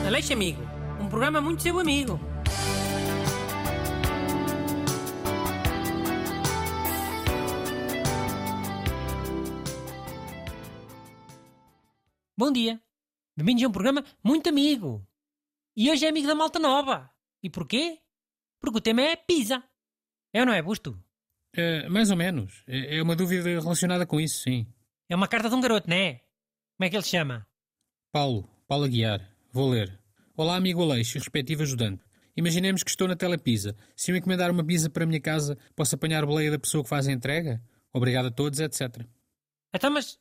Aleixo Amigo, um programa muito seu amigo. Bom dia, bem-vindos a um programa muito amigo. E hoje é amigo da malta nova. E porquê? Porque o tema é pizza. É ou não é, Busto? Mais ou menos. É uma dúvida relacionada com isso, sim. É uma carta de um garoto, não é? Como é que ele se chama? Paulo Aguiar. Vou ler. Olá, amigo Aleixo e respectivo ajudante. Imaginemos que estou na Telepizza. Se eu encomendar uma pizza para a minha casa, posso apanhar a boleia da pessoa que faz a entrega? Obrigado a todos, etc. Então, mas...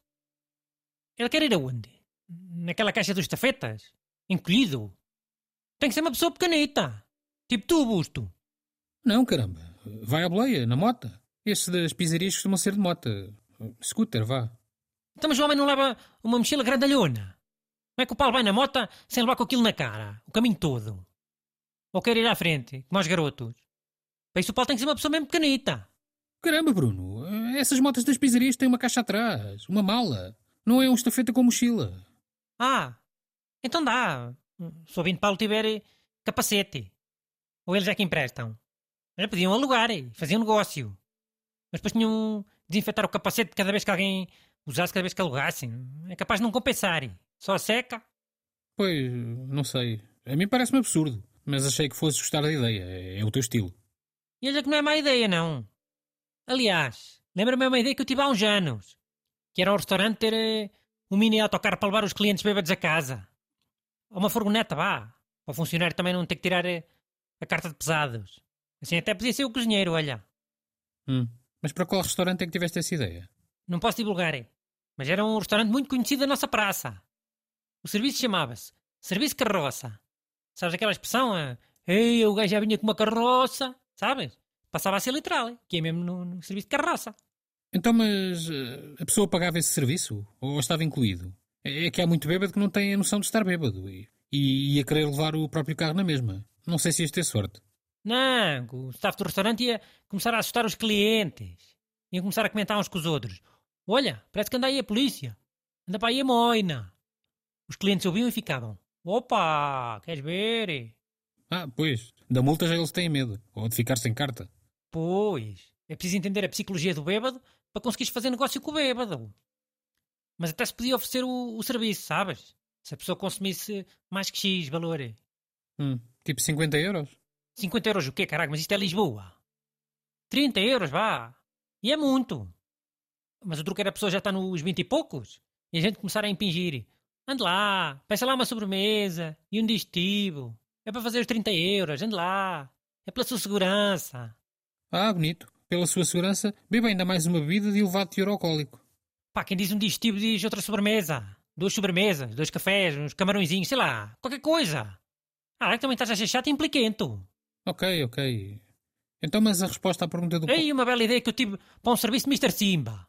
ele quer ir aonde? Naquela caixa dos estafetas? Encolhido? Tem que ser uma pessoa pequenita. Tipo tu, Busto. Não, caramba. Vai à boleia, na mota. Esses das pizzarias costumam ser de mota. Scooter, vá. Então, mas o homem não leva uma mochila grandalhona? Como é que o Paulo vai na mota sem levar com aquilo na cara? O caminho todo? Ou quer ir à frente, como aos garotos? Para isso o Paulo tem que ser uma pessoa mesmo pequenita. Caramba, Bruno. Essas motas das pizzarias têm uma caixa atrás. Uma mala. Não é um estafeta com mochila. Ah, então dá. Se o ouvinte Paulo tiver capacete. Ou eles é que emprestam. Já podiam alugar e fazer um negócio. Mas depois tinham de desinfetar o capacete cada vez que alguém usasse, cada vez que alugassem. É capaz de não compensar. Só seca. Pois, não sei. A mim parece-me absurdo. Mas achei que fosse gostar da ideia. É o teu estilo. E olha que não é má ideia, não. Aliás, lembra-me uma ideia que eu tive há uns anos. Que era o restaurante ter um mini autocarro para levar os clientes bêbados a casa. Ou uma furgoneta, vá. Para o funcionário também não ter que tirar a carta de pesados. Assim até podia ser o cozinheiro, olha. Mas para qual restaurante é que tiveste essa ideia? Não posso divulgar, mas era um restaurante muito conhecido da nossa praça. O serviço chamava-se Serviço Carroça. Sabes aquela expressão? Ei, o gajo já vinha com uma carroça. Sabes? Passava a ser literal, que é mesmo no serviço de carroça. Então, mas a pessoa pagava esse serviço? Ou estava incluído? É que há muito bêbado que não tem a noção de estar bêbado e ia querer levar o próprio carro na mesma. Não sei se ias ter sorte. Não, o staff do restaurante ia começar a assustar os clientes. Iam começar a comentar uns com os outros. Olha, parece que anda aí a polícia. Anda para aí a moina. Os clientes ouviam e ficavam. Opa, queres ver? Pois. Da multa já eles têm medo. Ou de ficar sem carta. Pois. É preciso entender a psicologia do bêbado para conseguires fazer negócio com o bêbado. Mas até se podia oferecer o serviço, sabes? Se a pessoa consumisse mais que X valor. Tipo 50 euros? 50 euros o quê, caralho? Mas isto é Lisboa. 30 euros, vá. E é muito. Mas o truque era a pessoa já está nos 20 e poucos e a gente começar a impingir. Ande lá, peça lá uma sobremesa e um digestivo. É para fazer os 30 euros, ande lá. É pela sua segurança. Bonito. Pela sua segurança, beba ainda mais uma bebida de elevado teor alcoólico. Pá, quem diz um digestivo diz outra sobremesa. 2 sobremesas, 2 cafés, uns camarõezinhos, sei lá. Qualquer coisa. Também estás a achar chato e implicento. Ok. Então, mas a resposta à pergunta do... Ei, uma bela ideia que eu tive para um serviço de Mr. Simba.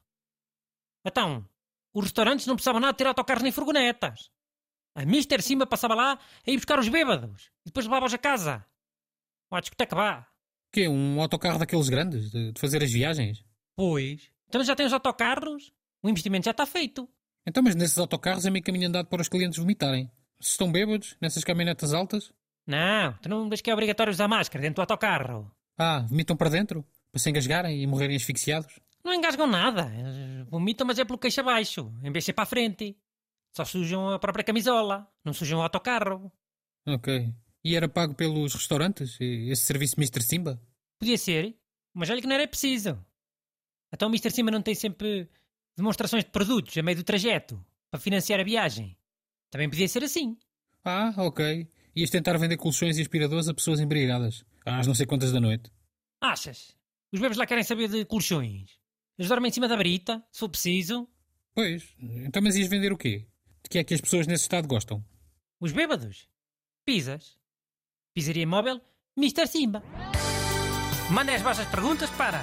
Então, os restaurantes não precisavam nada de ter autocarros nem furgonetas. A Mr. Simba passava lá a ir buscar os bêbados e depois levava-os a casa. Ou à discoteca, vá. Quê? Um autocarro daqueles grandes? De fazer as viagens? Pois. Então já tem os autocarros, o investimento já está feito. Então, mas nesses autocarros é meio caminho andado para os clientes vomitarem. Se estão bêbados, nessas caminhonetas altas... Não, tu não vês que é obrigatório usar máscara dentro do autocarro. Vomitam para dentro? Para se engasgarem e morrerem asfixiados? Não engasgam nada. Eles vomitam, mas é pelo queixo abaixo, em vez de ser para a frente. Só sujam a própria camisola, não sujam o autocarro. Ok. E era pago pelos restaurantes, esse serviço Mr. Simba? Podia ser, mas olha que não era preciso. Então o Mr. Simba não tem sempre demonstrações de produtos a meio do trajeto, para financiar a viagem. Também podia ser assim. Ok. Ias tentar vender colchões e aspiradores a pessoas embriagadas. Às não sei quantas da noite. Achas? Os bebês lá querem saber de colchões. Eles dormem em cima da brita, se for preciso. Pois. Então, mas ias vender o quê? De que é que as pessoas nesse estado gostam? Os bêbados? Pizzas. Pizzaria móvel Mr. Simba. Mandem as vossas perguntas para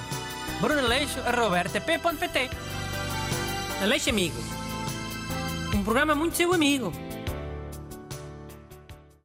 brunaleixo@rtp.pt. Aleixo Amigo. Um programa muito seu amigo.